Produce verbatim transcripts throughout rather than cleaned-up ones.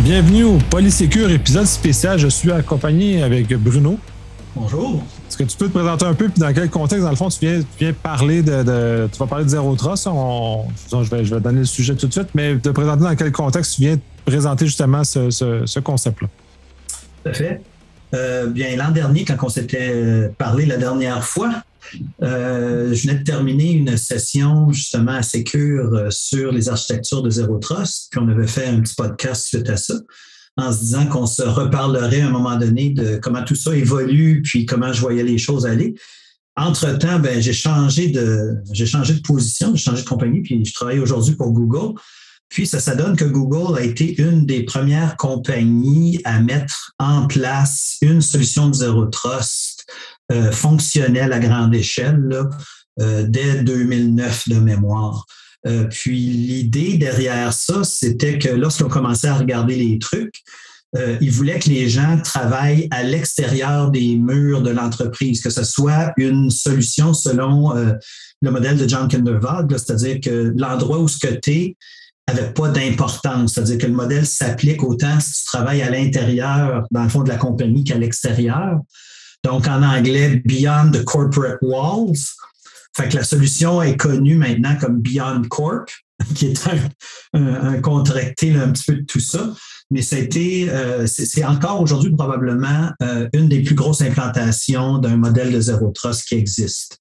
Bienvenue au Polysécure, épisode spécial. Je suis accompagné avec Bruno. Bonjour. Est-ce que tu peux te présenter un peu, puis dans quel contexte, dans le fond, tu viens, tu viens parler de, de. Tu vas parler de Zero Trust. On, je, vais, je vais donner le sujet tout de suite, mais te présenter dans quel contexte tu viens présenter justement ce, ce, ce concept-là. Tout à fait. Euh, bien, l'an dernier, quand on s'était parlé la dernière fois, euh, je venais de terminer une session justement à Sécure sur les architectures de Zero Trust, puis on avait fait un petit podcast suite à ça, en se disant qu'on se reparlerait à un moment donné de comment tout ça évolue, puis comment je voyais les choses aller. Entre-temps, ben, j'ai changé de, j'ai changé de position, j'ai changé de compagnie, puis je travaille aujourd'hui pour Google. Puis ça, ça donne que Google a été une des premières compagnies à mettre en place une solution de Zero Trust euh, fonctionnelle à grande échelle là, euh, dès deux mille neuf de mémoire. Euh, puis l'idée derrière ça, c'était que lorsqu'on commençait à regarder les trucs, euh, ils voulaient que les gens travaillent à l'extérieur des murs de l'entreprise, que ce soit une solution selon euh, le modèle de John Kindervag, là, c'est-à-dire que l'endroit où ce que tu es n'avait pas d'importance, c'est-à-dire que le modèle s'applique autant si tu travailles à l'intérieur, dans le fond de la compagnie, qu'à l'extérieur. Donc, en anglais, Beyond the Corporate Walls. Fait que la solution est connue maintenant comme Beyond Corp, qui est un, un, un contracté là, un petit peu de tout ça. Mais ça a été, euh, c'est, c'est encore aujourd'hui probablement euh, une des plus grosses implantations d'un modèle de Zero Trust qui existe.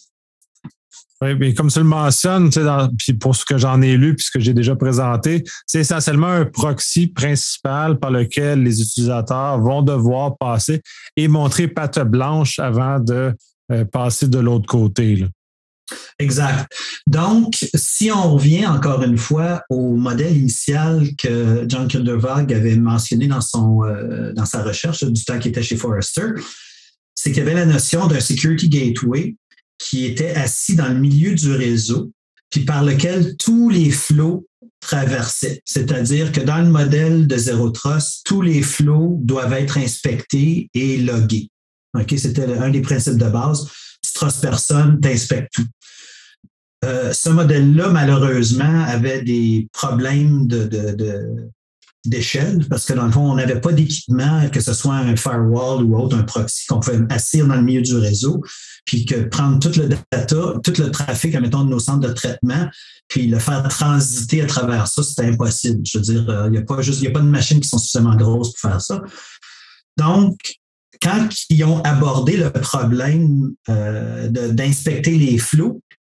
Oui, mais comme tu le mentionnes, dans, puis pour ce que j'en ai lu puis ce que j'ai déjà présenté, c'est essentiellement un proxy principal par lequel les utilisateurs vont devoir passer et montrer patte blanche avant de euh, passer de l'autre côté, là. Exact. Donc, si on revient encore une fois au modèle initial que John Kindervag avait mentionné dans, son, euh, dans sa recherche du temps qu'il était chez Forrester, c'est qu'il y avait la notion d'un security gateway qui était assis dans le milieu du réseau, puis par lequel tous les flows traversaient. C'est-à-dire que dans le modèle de Zero Trust, tous les flows doivent être inspectés et logués. Okay? C'était un des principes de base. Tu trustes personne, tu inspectes tout. Euh, ce modèle-là, malheureusement, avait des problèmes de, de, de, d'échelle, parce que dans le fond, on n'avait pas d'équipement, que ce soit un firewall ou autre, un proxy, qu'on pouvait asseoir dans le milieu du réseau, puis que prendre tout le data, tout le trafic, admettons, de nos centres de traitement, puis le faire transiter à travers ça, c'était impossible. Je veux dire, il n'y a pas juste, il n'y a pas de machines qui sont suffisamment grosses pour faire ça. Donc, quand ils ont abordé le problème euh, de, d'inspecter les flows,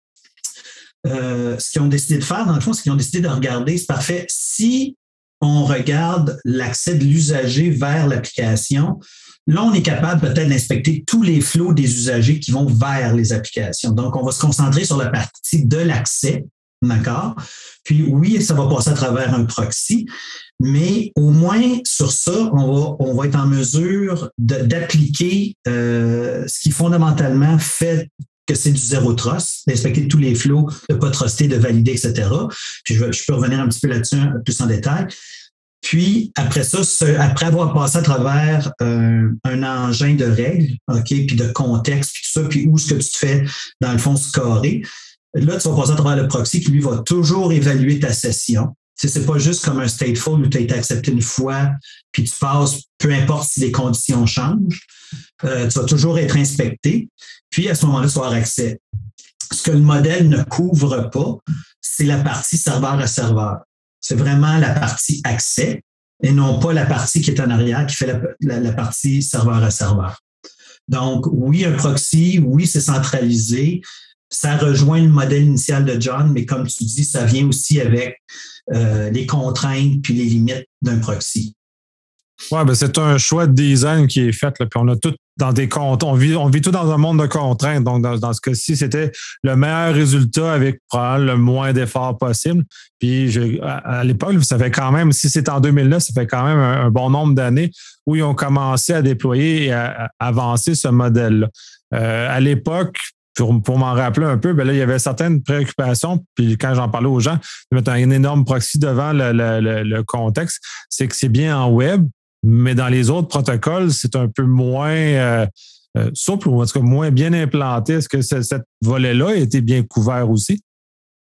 euh, ce qu'ils ont décidé de faire, dans le fond, c'est qu'ils ont décidé de regarder, c'est parfait, si on regarde l'accès de l'usager vers l'application, là, on est capable peut-être d'inspecter tous les flows des usagers qui vont vers les applications. Donc, on va se concentrer sur la partie de l'accès, d'accord? Puis oui, ça va passer à travers un proxy, mais au moins sur ça, on va, on va être en mesure de, d'appliquer euh, ce qui fondamentalement fait que c'est du Zero Trust, d'inspecter tous les flows, de ne pas truster, de valider, et cetera. Puis je, je peux revenir un petit peu là-dessus plus en détail. Puis, après ça, ce, après avoir passé à travers euh, un engin de règles, OK, puis de contexte, puis tout ça, puis où est-ce que tu te fais, dans le fond, scorer, là, tu vas passer à travers le proxy qui, lui, va toujours évaluer ta session. Tu sais, c'est pas juste comme un stateful où tu as été accepté une fois, puis tu passes, peu importe si les conditions changent. Euh, tu vas toujours être inspecté. Puis, à ce moment-là, tu vas avoir accès. Ce que le modèle ne couvre pas, c'est la partie serveur à serveur. C'est vraiment la partie accès et non pas la partie qui est en arrière, qui fait la, la, la partie serveur à serveur. Donc, oui, un proxy, oui, c'est centralisé. Ça rejoint le modèle initial de John, mais comme tu dis, ça vient aussi avec euh, les contraintes puis les limites d'un proxy. Oui, ben c'est un choix de design qui est fait, là, puis on a tout dans des comptes. On vit, on vit tout dans un monde de contraintes. Donc, dans, dans ce cas-ci, c'était le meilleur résultat avec probablement le moins d'efforts possible. Puis, je, à, à l'époque, ça fait quand même, si c'est en deux mille neuf, ça fait quand même un, un bon nombre d'années où ils ont commencé à déployer et à, à avancer ce modèle-là. Euh, à l'époque, Pour, pour m'en rappeler un peu, ben là, il y avait certaines préoccupations, puis quand j'en parlais aux gens, de mettre un énorme proxy devant le, le, le, le contexte, c'est que c'est bien en web, mais dans les autres protocoles, c'est un peu moins euh, euh, souple ou en tout cas moins bien implanté. Est-ce que ce, cette volet-là a été bien couvert aussi?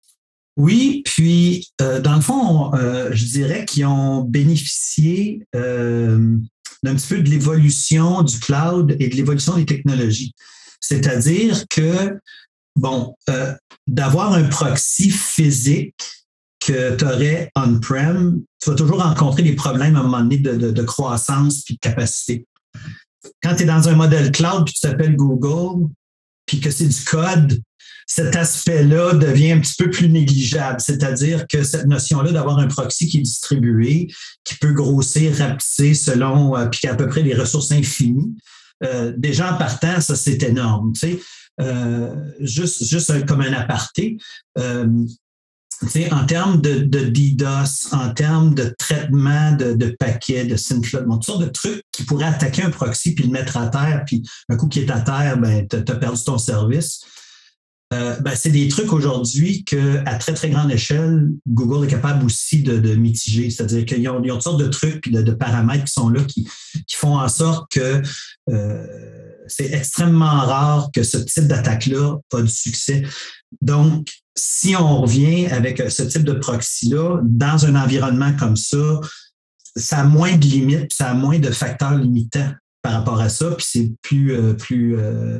Oui, puis euh, dans le fond, euh, je dirais qu'ils ont bénéficié euh, d'un petit peu de l'évolution du cloud et de l'évolution des technologies. C'est-à-dire que, bon, euh, d'avoir un proxy physique que tu aurais on-prem, tu vas toujours rencontrer des problèmes à un moment donné de, de, de croissance puis de capacité. Quand tu es dans un modèle cloud puis tu t'appelles Google, puis que c'est du code, cet aspect-là devient un petit peu plus négligeable. C'est-à-dire que cette notion-là d'avoir un proxy qui est distribué, qui peut grossir, rapetisser selon, euh, puis qui a à peu près des ressources infinies, euh, déjà en partant, ça, c'est énorme. Tu sais, euh, juste, juste comme un aparté, euh, tu sais, en termes de, de DDoS, en termes de traitement de, de paquets, de synflot, bon, toutes sortes de trucs qui pourraient attaquer un proxy puis le mettre à terre, puis un coup qui est à terre, ben, tu as perdu ton service. Euh, ben, c'est des trucs aujourd'hui qu'à très, très grande échelle, Google est capable aussi de, de mitiger. C'est-à-dire qu'ils ont, ils ont toutes sortes de trucs et de, de paramètres qui sont là qui, qui font en sorte que euh, c'est extrêmement rare que ce type d'attaque-là a du succès. Donc, si on revient avec ce type de proxy-là, dans un environnement comme ça, ça a moins de limites, ça a moins de facteurs limitants par rapport à ça, puis c'est plus, euh, plus, euh,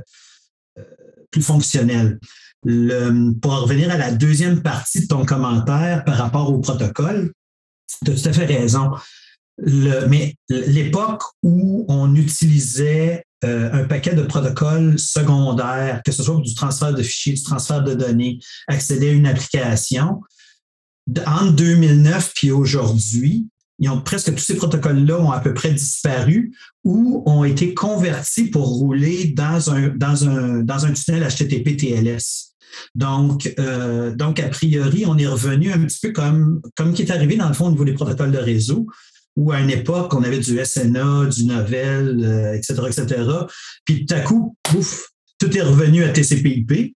plus fonctionnel. Le, pour revenir à la deuxième partie de ton commentaire par rapport au protocole, tu as tout à fait raison. Le, mais l'époque où on utilisait euh, un paquet de protocoles secondaires, que ce soit du transfert de fichiers, du transfert de données, accéder à une application, entre deux mille neuf et aujourd'hui, ils ont, presque tous ces protocoles-là ont à peu près disparu ou ont été convertis pour rouler dans un, dans un, dans un tunnel H T T P T L S. Donc, euh, donc, a priori, on est revenu un petit peu comme, comme qui est arrivé dans le fond au niveau des protocoles de réseau, où à une époque, on avait du S N A, du Novell, euh, et cetera, et cetera. Puis tout à coup, ouf, tout est revenu à T C P I P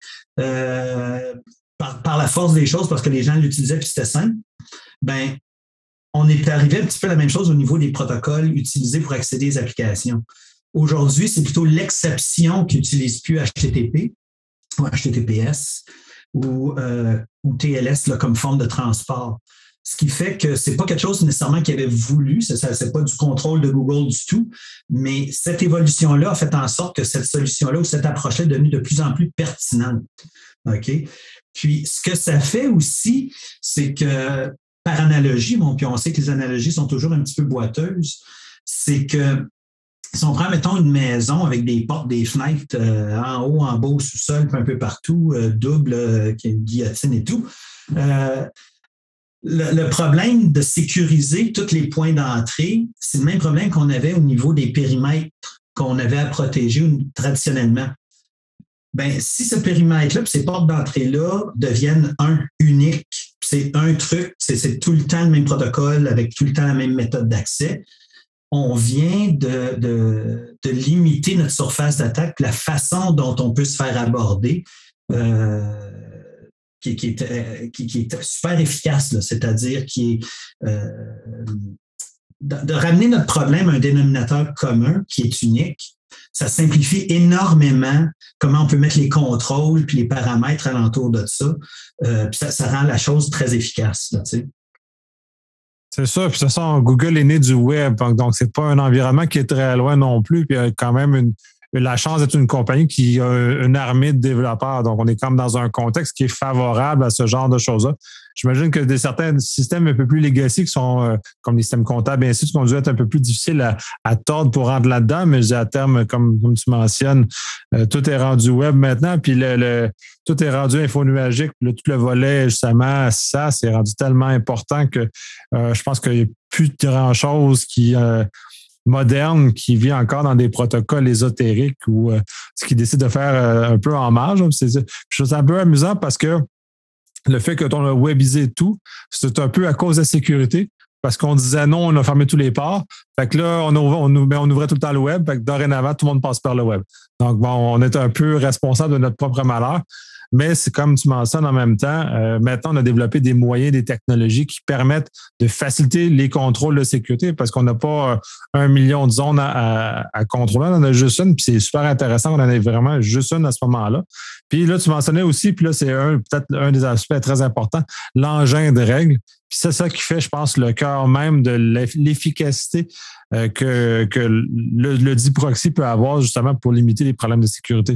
euh, par, par la force des choses, parce que les gens l'utilisaient puis c'était simple. Ben, on est arrivé un petit peu à la même chose au niveau des protocoles utilisés pour accéder aux applications. Aujourd'hui, c'est plutôt l'exception qui n'utilise plus H T T P ou H T T P S ou, euh, ou T L S là, comme forme de transport. Ce qui fait que ce n'est pas quelque chose nécessairement qu'ils avaient voulu, ce n'est pas du contrôle de Google du tout, mais cette évolution-là a fait en sorte que cette solution-là ou cette approche-là est devenue de plus en plus pertinente. OK? Puis, ce que ça fait aussi, c'est que, par analogie, bon, puis on sait que les analogies sont toujours un petit peu boiteuses, c'est que si on prend, mettons, une maison avec des portes, des fenêtres euh, en haut, en bas, au sous-sol, un peu partout, euh, double, euh, qui a une guillotine et tout, euh, le, le problème de sécuriser tous les points d'entrée, c'est le même problème qu'on avait au niveau des périmètres qu'on avait à protéger traditionnellement. Ben, si ce périmètre-là et ces portes d'entrée-là deviennent un, unique, c'est un truc, c'est, c'est tout le temps le même protocole avec tout le temps la même méthode d'accès, on vient de, de, de limiter notre surface d'attaque, la façon dont on peut se faire aborder, euh, qui, qui, est, qui, qui est super efficace, là, c'est-à-dire qui est euh, de, de ramener notre problème à un dénominateur commun qui est unique. Ça simplifie énormément comment on peut mettre les contrôles puis les paramètres alentour de ça. Euh, puis ça, ça rend la chose très efficace, là, tu sais. C'est ça. Puis de toute façon, Google est né du web. Donc, c'est pas un environnement qui est très loin non plus. Puis il y a quand même une, la chance d'être une compagnie qui a une armée de développeurs. Donc, on est comme dans un contexte qui est favorable à ce genre de choses-là. J'imagine que des certains systèmes un peu plus legacy qui sont euh, comme les systèmes comptables et ainsi de suite, qui ont dû être un peu plus difficiles à, à tordre pour rentrer là-dedans, mais à terme, comme, comme tu mentionnes, euh, tout est rendu web maintenant, puis le, le, tout est rendu infonuagique. Là, tout le volet, justement, ça, c'est rendu tellement important que euh, je pense qu'il n'y a plus de grand-chose qui... Euh, moderne qui vit encore dans des protocoles ésotériques ou euh, ce qui décide de faire euh, un peu en marge. C'est, je trouve ça un peu amusant parce que le fait que on a webisé tout, c'est un peu à cause de la sécurité. Parce qu'on disait non, on a fermé tous les ports. Fait que là, on, ouvre, on, on ouvrait tout le temps le web. Fait que dorénavant, tout le monde passe par le web. Donc, bon, on est un peu responsable de notre propre malheur. Mais c'est comme tu mentionnes en même temps, euh, maintenant, on a développé des moyens, des technologies qui permettent de faciliter les contrôles de sécurité parce qu'on n'a pas euh, un million de zones à, à, à contrôler. On en a juste une, puis c'est super intéressant. On en a vraiment juste une à ce moment-là. Puis là, tu mentionnais aussi, puis là, c'est un, peut-être un des aspects très importants, l'engin de règles. Puis c'est ça qui fait, je pense, le cœur même de l'efficacité euh, que, que le, le dit proxy peut avoir justement pour limiter les problèmes de sécurité.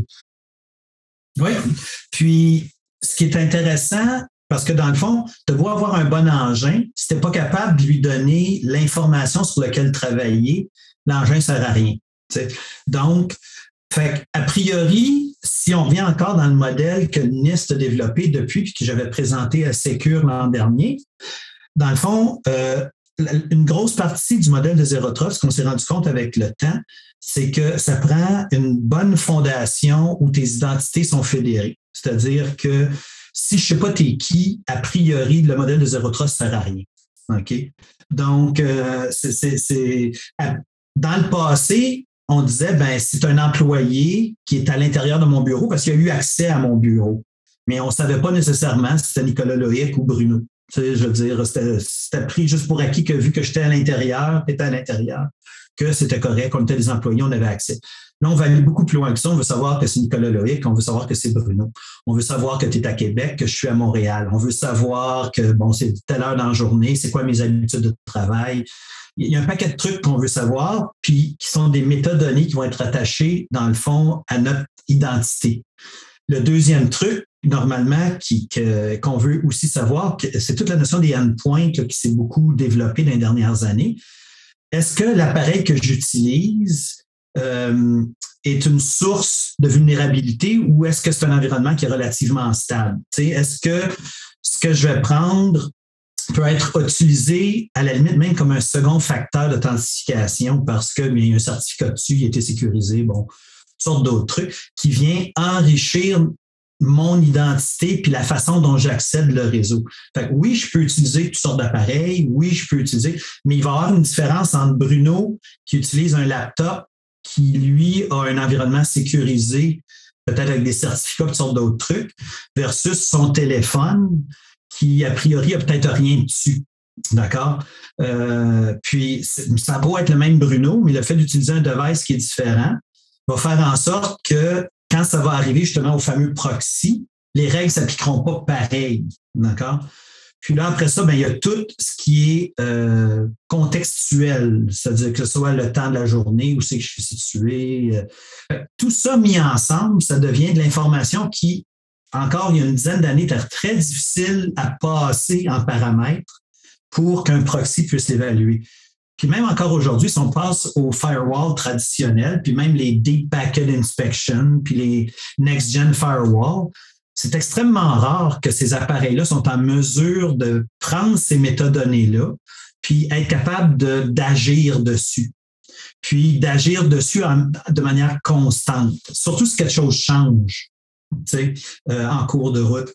Oui. Puis, ce qui est intéressant, parce que dans le fond, tu dois avoir un bon engin. Si tu n'es pas capable de lui donner l'information sur laquelle travailler, l'engin ne sert à rien. T'sais. Donc, fait, a priori, si on revient encore dans le modèle que NIST a développé depuis et que j'avais présenté à Secure l'an dernier, dans le fond, euh, une grosse partie du modèle de Zero Trust, ce qu'on s'est rendu compte avec le temps, c'est que ça prend une bonne fondation où tes identités sont fédérées. C'est-à-dire que si je ne sais pas t'es qui, a priori, le modèle de Zero Trust ne sert à rien. OK? Donc, euh, c'est, c'est, c'est, dans le passé, on disait, ben, c'est un employé qui est à l'intérieur de mon bureau parce qu'il a eu accès à mon bureau. Mais on ne savait pas nécessairement si c'était Nicolas Loïc ou Bruno. Tu sais, je veux dire, c'était, c'était pris juste pour acquis que vu que j'étais à l'intérieur, j'étais à l'intérieur, que c'était correct, on était des employés, on avait accès. Là, on va aller beaucoup plus loin que ça. On veut savoir que c'est Nicolas Loïc, on veut savoir que c'est Bruno. On veut savoir que tu es à Québec, que je suis à Montréal. On veut savoir que, bon, c'est telle heure dans la journée, c'est quoi mes habitudes de travail. Il y a un paquet de trucs qu'on veut savoir, puis qui sont des métadonnées qui vont être attachées, dans le fond, à notre identité. Le deuxième truc, normalement, qui, que, qu'on veut aussi savoir, c'est toute la notion des endpoints là, qui s'est beaucoup développée dans les dernières années. Est-ce que l'appareil que j'utilise euh, est une source de vulnérabilité ou est-ce que c'est un environnement qui est relativement stable? T'sais, est-ce que ce que je vais prendre peut être utilisé à la limite même comme un second facteur d'authentification parce que bien, il y a un certificat dessus, il a été sécurisé, bon, toutes sortes d'autres trucs qui vient enrichir mon identité puis la façon dont j'accède le réseau. Fait que oui, je peux utiliser toutes sortes d'appareils, oui, je peux utiliser, mais il va y avoir une différence entre Bruno qui utilise un laptop qui, lui, a un environnement sécurisé, peut-être avec des certificats, toutes sortes d'autres trucs, versus son téléphone qui, a priori, a peut-être rien dessus. D'accord? Euh, puis, ça peut être le même Bruno, mais le fait d'utiliser un device qui est différent va faire en sorte que quand ça va arriver justement au fameux proxy, les règles ne s'appliqueront pas pareil. D'accord? Puis là, après ça, bien, il y a tout ce qui est euh, contextuel, c'est-à-dire que ce soit le temps de la journée, où c'est que je suis situé. Euh, tout ça mis ensemble, ça devient de l'information qui, encore il y a une dizaine d'années, était très difficile à passer en paramètres pour qu'un proxy puisse l'évaluer. Puis même encore aujourd'hui, si on passe au firewall traditionnel, puis même les Deep Packet Inspection, puis les Next-Gen Firewall, c'est extrêmement rare que ces appareils-là sont en mesure de prendre ces métadonnées-là, puis être capable de, d'agir dessus. Puis d'agir dessus en, de manière constante, surtout si quelque chose change, tu sais, euh, en cours de route.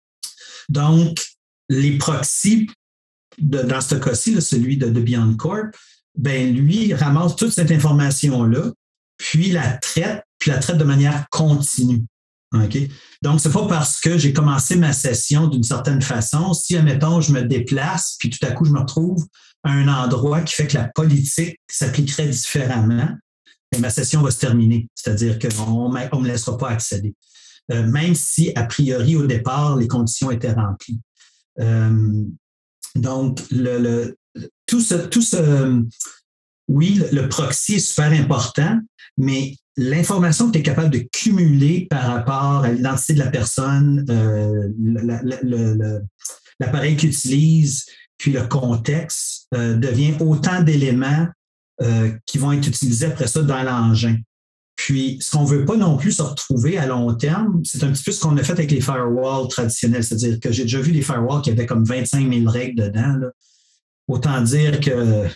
Donc, les proxys, de, dans ce cas-ci, là, celui de, de BeyondCorp, ben lui ramasse toute cette information-là, puis la traite, puis la traite de manière continue. Okay? Donc, ce n'est pas parce que j'ai commencé ma session d'une certaine façon, si, admettons, je me déplace, puis tout à coup, je me retrouve à un endroit qui fait que la politique s'appliquerait différemment, et ma session va se terminer. C'est-à-dire qu'on ne me laissera pas accéder. Euh, même si, a priori, au départ, les conditions étaient remplies. Euh, donc, le, le, tout ce, tout ce, oui, le, le proxy est super important, mais l'information que tu es capable de cumuler par rapport à l'identité de la personne, euh, la, la, la, la, l'appareil qu'il utilise, puis le contexte, euh, devient autant d'éléments euh, qui vont être utilisés après ça dans l'engin. Puis, ce qu'on ne veut pas non plus se retrouver à long terme, c'est un petit peu ce qu'on a fait avec les firewalls traditionnels. C'est-à-dire que j'ai déjà vu des firewalls qui avaient comme vingt-cinq mille règles dedans. Là. Autant dire que...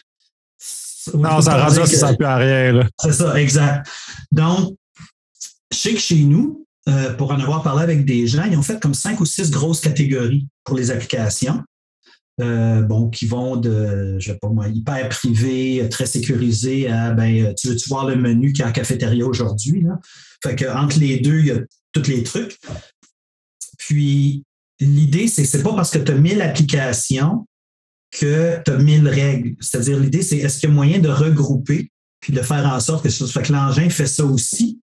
Non, ça rend ça, ça ne sert plus à rien. Là. C'est ça, exact. Donc, je sais que chez nous, euh, pour en avoir parlé avec des gens, ils ont fait comme cinq ou six grosses catégories pour les applications. Euh, bon, qui vont de, je sais pas moi, hyper privé, très sécurisé à, ben, tu veux-tu voir le menu qui est en cafétéria aujourd'hui, là? Fait que entre les deux, il y a tous les trucs. Puis, l'idée, c'est que c'est pas parce que tu as mille applications que tu as mille règles. C'est-à-dire, l'idée, c'est est-ce qu'il y a moyen de regrouper puis de faire en sorte que ça fait que l'engin fait ça aussi.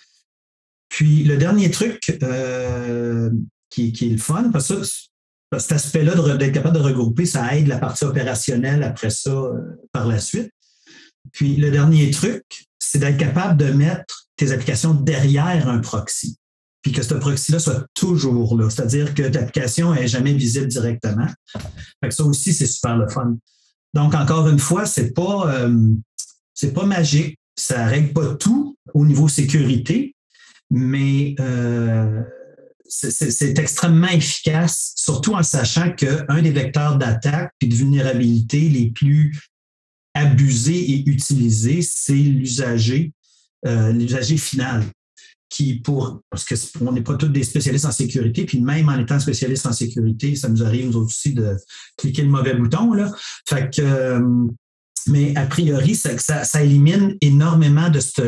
Puis, le dernier truc euh, qui, qui est le fun, parce que ça, cet aspect-là de, d'être capable de regrouper, ça aide la partie opérationnelle après ça euh, par la suite. Puis, le dernier truc, c'est d'être capable de mettre tes applications derrière un proxy. Puis que ce proxy-là soit toujours là. C'est-à-dire que l'application n'est jamais visible directement. Fait que ça aussi, c'est super le fun. Donc, encore une fois, c'est pas, euh, c'est pas magique. Ça ne règle pas tout au niveau sécurité, mais euh, c'est, c'est, c'est extrêmement efficace, surtout en sachant qu'un des vecteurs d'attaque et de vulnérabilité les plus abusés et utilisés, c'est l'usager, euh, l'usager final. Qui pour, parce qu'on n'est pas tous des spécialistes en sécurité, puis même en étant spécialiste en sécurité, ça nous arrive nous aussi de cliquer le mauvais bouton, là. Fait que, euh, mais a priori, ça, ça, ça élimine énormément de ce,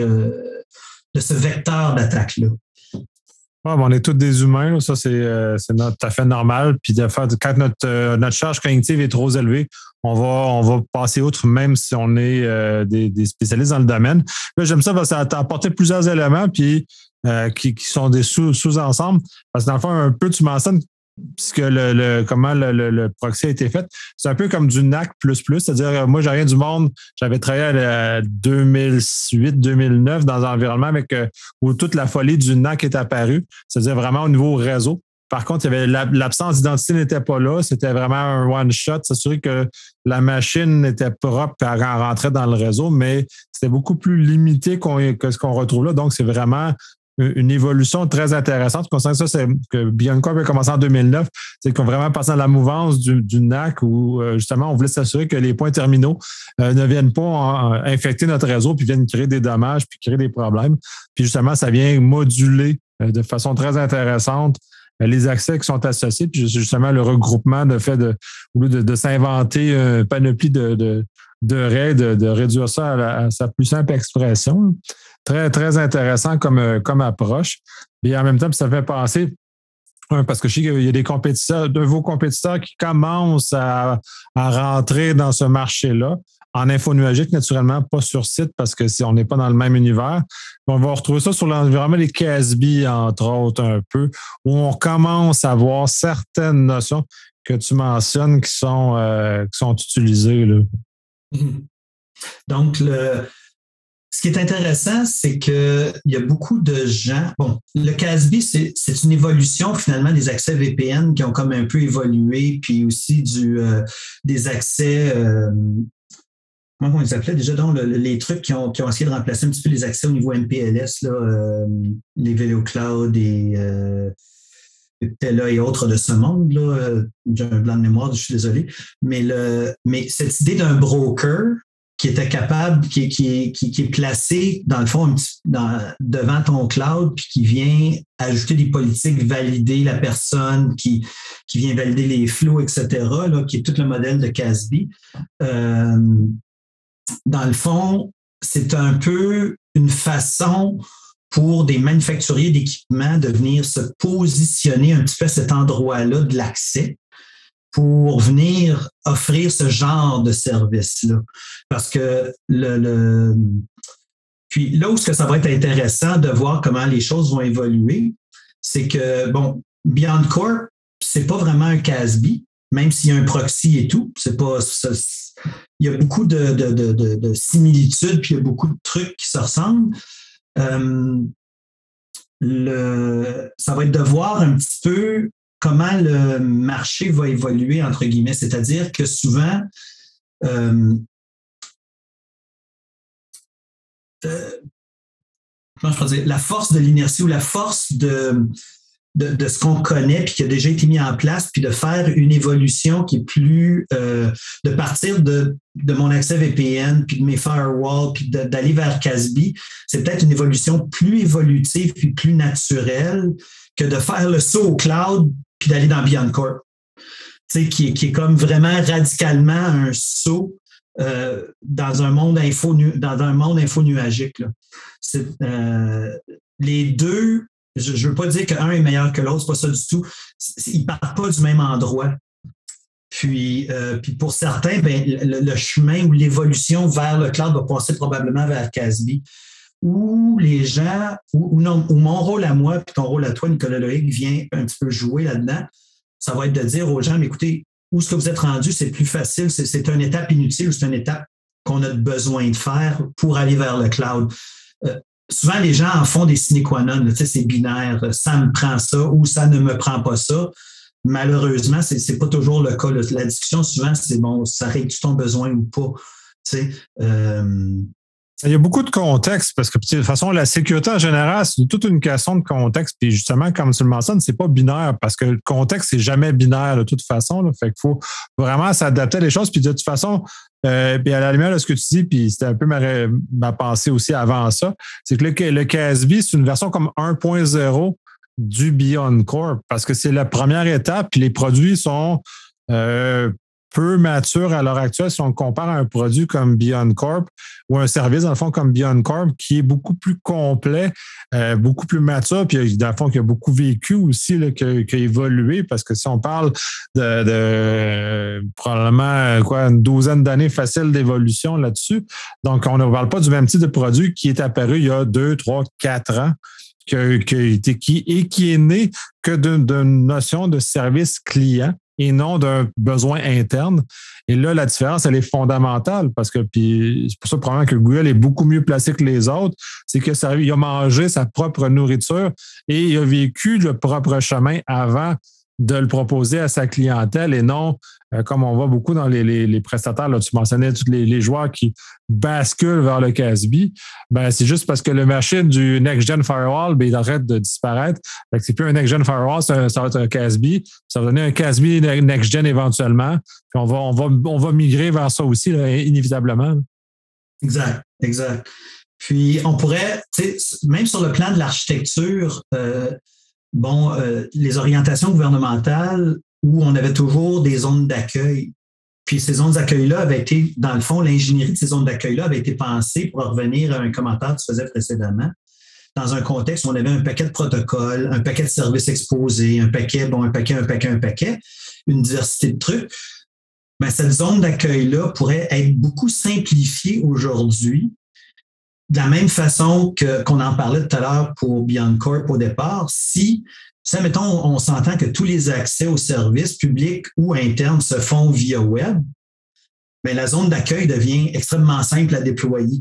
de ce vecteur d'attaque-là. Ouais, bon, on est tous des humains, là. Ça, c'est, euh, c'est tout à fait normal. Puis de faire, quand notre, euh, notre charge cognitive est trop élevée, on va, on va passer outre, même si on est euh, des, des spécialistes dans le domaine. Là, j'aime ça parce que ça t'a apporté plusieurs éléments puis, euh, qui, qui sont des sous, sous-ensembles. Parce que dans le fond, un peu, tu mentionnes puisque le, le, comment le, le, le proxy a été fait. C'est un peu comme du N A C plus plus, c'est-à-dire, moi, j'ai rien du monde. J'avais travaillé à deux mille huit deux mille neuf dans un environnement avec, euh, où toute la folie du N A C est apparue, c'est-à-dire vraiment au niveau réseau. Par contre, il y avait l'absence d'identité n'était pas là. C'était vraiment un one-shot. S'assurer que la machine était propre et elle rentrait dans le réseau, mais c'était beaucoup plus limité qu'on, que ce qu'on retrouve là. Donc, c'est vraiment une évolution très intéressante. Ça, c'est que BeyondCorp a commencé en deux mille neuf. C'est qu'on a vraiment passé dans la mouvance du, du N A C où, justement, on voulait s'assurer que les points terminaux euh, ne viennent pas en, infecter notre réseau puis viennent créer des dommages puis créer des problèmes. Puis, justement, ça vient moduler euh, de façon très intéressante les accès qui sont associés, puis justement le regroupement de fait de, au lieu de, de s'inventer une panoplie de, de, de règles, de, de réduire ça à, la, à sa plus simple expression. Très, très intéressant comme, comme approche. Et en même temps, ça fait penser, parce que je sais qu'il y a des compétiteurs, de vos compétiteurs qui commencent à, à rentrer dans ce marché-là. En info nuagique, naturellement, pas sur site parce que si on n'est pas dans le même univers. On va retrouver ça sur l'environnement des K S B, entre autres, un peu, où on commence à voir certaines notions que tu mentionnes qui sont, euh, qui sont utilisées, là. Donc, le, ce qui est intéressant, c'est qu'il y a beaucoup de gens. Bon, le K S B, c'est, c'est une évolution finalement des accès V P N qui ont comme un peu évolué, puis aussi du, euh, des accès. Euh, Comment on les appelait déjà? Donc, le, les trucs qui ont, qui ont essayé de remplacer un petit peu les accès au niveau M P L S, là, euh, les VeloCloud et euh, Tela et autres de ce monde. Là, euh, j'ai un blanc de mémoire, je suis désolé. Mais, le, mais cette idée d'un broker qui était capable, qui, qui, qui, qui est placé, dans le fond, un petit, dans, devant ton cloud, puis qui vient ajouter des politiques, valider la personne, qui, qui vient valider les flows, et cetera, là, qui est tout le modèle de K S B. Euh, Dans le fond, c'est un peu une façon pour des manufacturiers d'équipements de venir se positionner un petit peu à cet endroit-là de l'accès pour venir offrir ce genre de service-là. Parce que le, le... Puis là où ça va être intéressant de voir comment les choses vont évoluer, c'est que, bon, BeyondCorp, c'est pas vraiment un K S B, même s'il y a un proxy et tout, c'est pas... C'est, il y a beaucoup de, de, de, de, de similitudes, puis il y a beaucoup de trucs qui se ressemblent. Euh, le, ça va être de voir un petit peu comment le marché va évoluer, entre guillemets. C'est-à-dire que souvent, euh, euh, comment je peux dire, la force de l'inertie ou la force de... De, de ce qu'on connaît puis qui a déjà été mis en place, puis de faire une évolution qui est plus... Euh, de partir de, de mon accès V P N, puis de mes firewalls, puis de, d'aller vers K S B, c'est peut-être une évolution plus évolutive puis plus naturelle que de faire le saut au cloud puis d'aller dans BeyondCorp. Tu sais, qui, qui est comme vraiment radicalement un saut euh, dans un monde info, dans un monde info nuagique, là. C'est, euh, les deux... je ne veux pas dire qu'un est meilleur que l'autre, c'est pas ça du tout. Ils ne partent pas du même endroit. Puis, euh, puis pour certains, ben, le, le chemin ou l'évolution vers le cloud va passer probablement vers Casby. Où les gens, ou, ou, non, ou mon rôle à moi, puis ton rôle à toi, Nicolas Loïc, vient un petit peu jouer là-dedans, ça va être de dire aux gens, mais écoutez, où est-ce que vous êtes rendu, c'est plus facile, c'est, c'est une étape inutile ou c'est une étape qu'on a besoin de faire pour aller vers le cloud. Euh, souvent, les gens en font des sine qua non, là, tu sais, c'est binaire, ça me prend ça ou ça ne me prend pas ça. Malheureusement, c'est, c'est pas toujours le cas. Là. La discussion, souvent, c'est bon, ça règle-tu ton besoin ou pas? Tu sais, euh, il y a beaucoup de contexte parce que de toute façon, la sécurité en général, c'est toute une question de contexte. Puis justement, comme tu le mentionnes, c'est pas binaire parce que le contexte, c'est jamais binaire de toute façon. Là. Fait qu'il faut vraiment s'adapter à les choses. Puis de toute façon, euh, puis à la lumière de ce que tu dis, puis c'était un peu ma, ma pensée aussi avant ça, c'est que le, le Casby, c'est une version comme un point zéro du BeyondCorp parce que c'est la première étape. Puis les produits sont euh, peu mature à l'heure actuelle si on compare à un produit comme BeyondCorp ou un service, dans le fond, comme BeyondCorp, qui est beaucoup plus complet, euh, beaucoup plus mature, puis dans le fond, qui a beaucoup vécu aussi, là, qui, a, qui a évolué, parce que si on parle de, de euh, probablement quoi, une douzaine d'années faciles d'évolution là-dessus, donc on ne parle pas du même type de produit qui est apparu il y a deux, trois, quatre ans. Que, que, qui, et qui est né que d'une, d'une notion de service client et non d'un besoin interne. Et là, la différence, elle est fondamentale parce que, puis c'est pour ça probablement que Google est beaucoup mieux placé que les autres, c'est que ça, il a mangé sa propre nourriture et il a vécu le propre chemin avant de le proposer à sa clientèle et non, euh, comme on voit beaucoup dans les, les, les prestataires, là, tu mentionnais tous les, les joueurs qui basculent vers le Casby, ben, c'est juste parce que le machine du Next-Gen Firewall, ben, il arrête de disparaître. Fait que c'est plus un Next-Gen Firewall, c'est un, ça va être un Casby. Ça va donner un Casby Next-Gen éventuellement. Puis on va, on va, on va migrer vers ça aussi, là, inévitablement. Exact, exact. Puis on pourrait, même sur le plan de l'architecture, euh, bon, euh, les orientations gouvernementales où on avait toujours des zones d'accueil. Puis ces zones d'accueil-là avaient été, dans le fond, l'ingénierie de ces zones d'accueil-là avait été pensée pour revenir à un commentaire que tu faisais précédemment, dans un contexte où on avait un paquet de protocoles, un paquet de services exposés, un paquet, bon, un paquet, un paquet, un paquet, une diversité de trucs. Bien, cette zone d'accueil-là pourrait être beaucoup simplifiée aujourd'hui, de la même façon que, qu'on en parlait tout à l'heure pour BeyondCorp au départ, si, si mettons, on s'entend que tous les accès aux services publics ou internes se font via web, bien, la zone d'accueil devient extrêmement simple à déployer.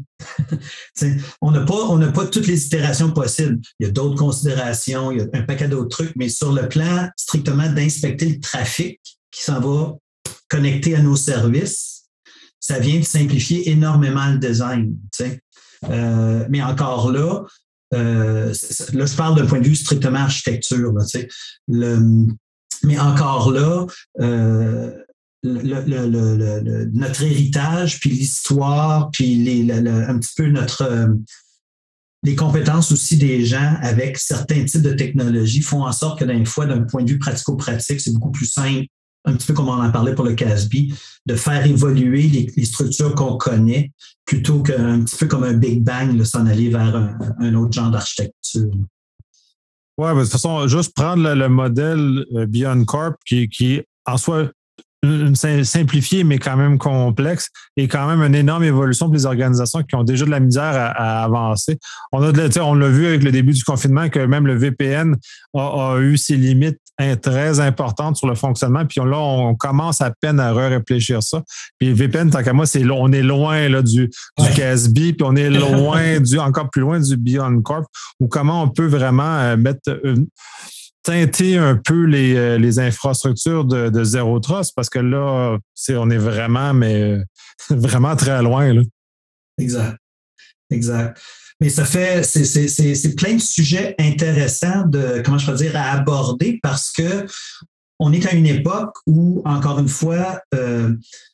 on n'a pas, on n'a pas toutes les itérations possibles. Il y a d'autres considérations, il y a un paquet d'autres trucs, mais sur le plan strictement d'inspecter le trafic qui s'en va connecter à nos services, ça vient de simplifier énormément le design. T'sais. Euh, mais encore là, euh, là, je parle d'un point de vue strictement architecture. Là, le, mais encore là, euh, le, le, le, le, le, notre héritage, puis l'histoire, puis les, le, le, un petit peu notre euh, les compétences aussi des gens avec certains types de technologies font en sorte que des fois, d'un point de vue pratico-pratique, c'est beaucoup plus simple, un petit peu comme on en parlait pour le Casby, de faire évoluer les, les structures qu'on connaît plutôt qu'un petit peu comme un Big Bang, là, s'en aller vers un, un autre genre d'architecture. Oui, de toute façon, juste prendre le, le modèle BeyondCorp qui, qui en soi une simplifiée, mais quand même complexe, et quand même une énorme évolution pour les organisations qui ont déjà de la misère à, à avancer. On a de, on l'a vu avec le début du confinement que même le V P N a, a eu ses limites très importantes sur le fonctionnement, puis là, on commence à peine à réfléchir ça. Puis le V P N, tant qu'à moi, c'est, on est loin là, du, du Casby, puis on est loin, du, encore plus loin du BeyondCorp, ou comment on peut vraiment mettre une teinter un peu les, les infrastructures de, de Zero Trust parce que là, c'est, on est vraiment, mais vraiment très loin. Là. Exact. Exact. Mais ça fait, c'est, c'est, c'est, c'est plein de sujets intéressants de, comment je peux dire, à aborder parce que on est à une époque où, encore une fois, euh,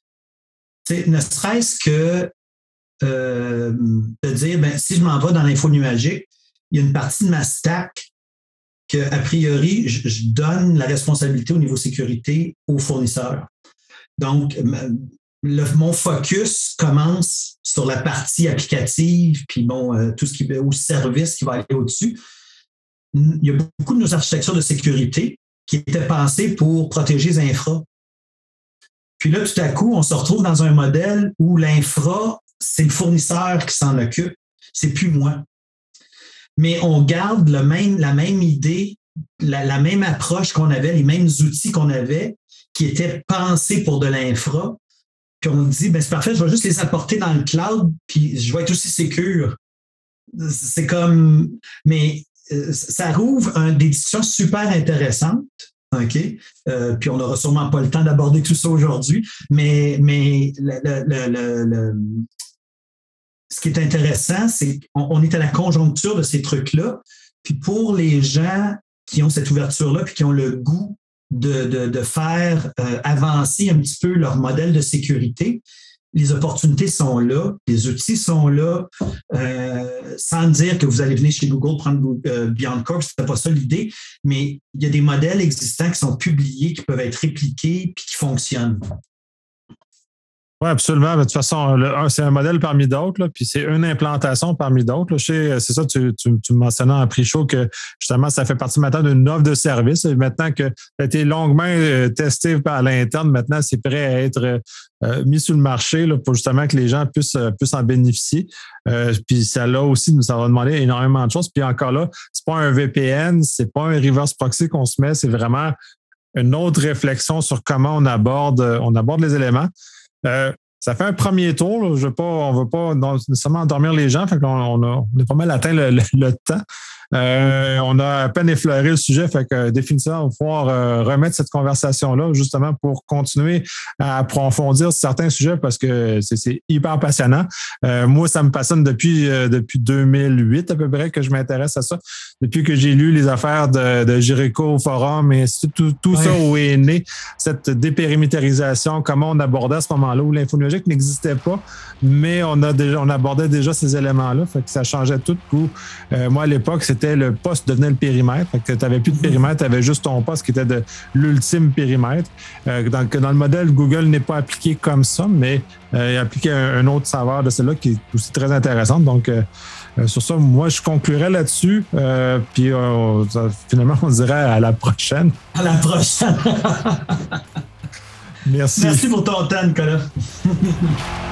ne serait-ce que euh, de dire, ben, si je m'en vais dans l'info nuagique, il y a une partie de ma stack qu'a priori, je, je donne la responsabilité au niveau sécurité aux fournisseurs. Donc, le, mon focus commence sur la partie applicative, puis bon, euh, tout ce qui est au service qui va aller au-dessus. il y a beaucoup de nos architectures de sécurité qui étaient pensées pour protéger les infras. Puis là, tout à coup, on se retrouve dans un modèle où l'infra, c'est le fournisseur qui s'en occupe, c'est plus moi. Mais on garde le même, la même idée, la, la même approche qu'on avait, les mêmes outils qu'on avait, qui étaient pensés pour de l'infra. Puis on dit, ben c'est parfait, je vais juste les apporter dans le cloud, puis je vais être aussi sécure. C'est comme, mais ça rouvre un, des discussions super intéressantes. OK? Euh, puis on n'aura sûrement pas le temps d'aborder tout ça aujourd'hui, mais, mais le, le, le, le, ce qui est intéressant, c'est qu'on on est à la conjoncture de ces trucs-là. Puis pour les gens qui ont cette ouverture-là, puis qui ont le goût de, de, de faire euh, avancer un petit peu leur modèle de sécurité, les opportunités sont là, les outils sont là, euh, sans dire que vous allez venir chez Google prendre euh, BeyondCorp, ce n'était pas ça l'idée, mais il y a des modèles existants qui sont publiés, qui peuvent être répliqués et qui fonctionnent. Oui, absolument. De toute façon, le, c'est un modèle parmi d'autres, là, puis c'est une implantation parmi d'autres. Là. Je sais, c'est ça, tu, tu, tu mentionnais en pre-show que justement, ça fait partie maintenant d'une offre de service. Et maintenant que ça a été longuement testé par l'interne, maintenant, c'est prêt à être euh, mis sur le marché là, pour justement que les gens puissent, puissent en bénéficier. Euh, puis ça là aussi, ça va demander énormément de choses. Puis encore là, c'est pas un V P N, c'est pas un reverse proxy qu'on se met, c'est vraiment une autre réflexion sur comment on aborde, on aborde les éléments. Euh, ça fait un premier tour. Là. Je veux pas, on ne veut pas nécessairement endormir les gens. Fait qu'on on a, on a pas mal atteint le, le, le temps. Euh, on a à peine effleuré le sujet. Fait que définitivement, on va pouvoir euh, remettre cette conversation-là justement pour continuer à approfondir certains sujets parce que c'est, c'est hyper passionnant. Euh, moi, ça me passionne depuis, euh, depuis deux mille huit à peu près que je m'intéresse à ça. Depuis que j'ai lu les affaires de, de Jericho Forum et tout, tout ouais. ça où est né cette dépérimétrisation, comment on abordait à ce moment-là où l'infonuagique n'existait pas, mais on a déjà, on abordait déjà ces éléments-là. Fait que ça changeait tout. Coup, euh, moi, à l'époque, c'était le poste devenait le périmètre. Fait que tu n'avais plus de périmètre, tu avais juste ton poste qui était de l'ultime périmètre. Euh, dans, dans le modèle, Google n'est pas appliqué comme ça, mais euh, il a appliqué un, un autre saveur de celle-là qui est aussi très intéressante. Donc, euh, euh, sur ça, moi, je conclurai là-dessus. Euh, puis, euh, ça, finalement, on dirait à la prochaine. À la prochaine. Merci. Merci pour ton temps, Nicolas.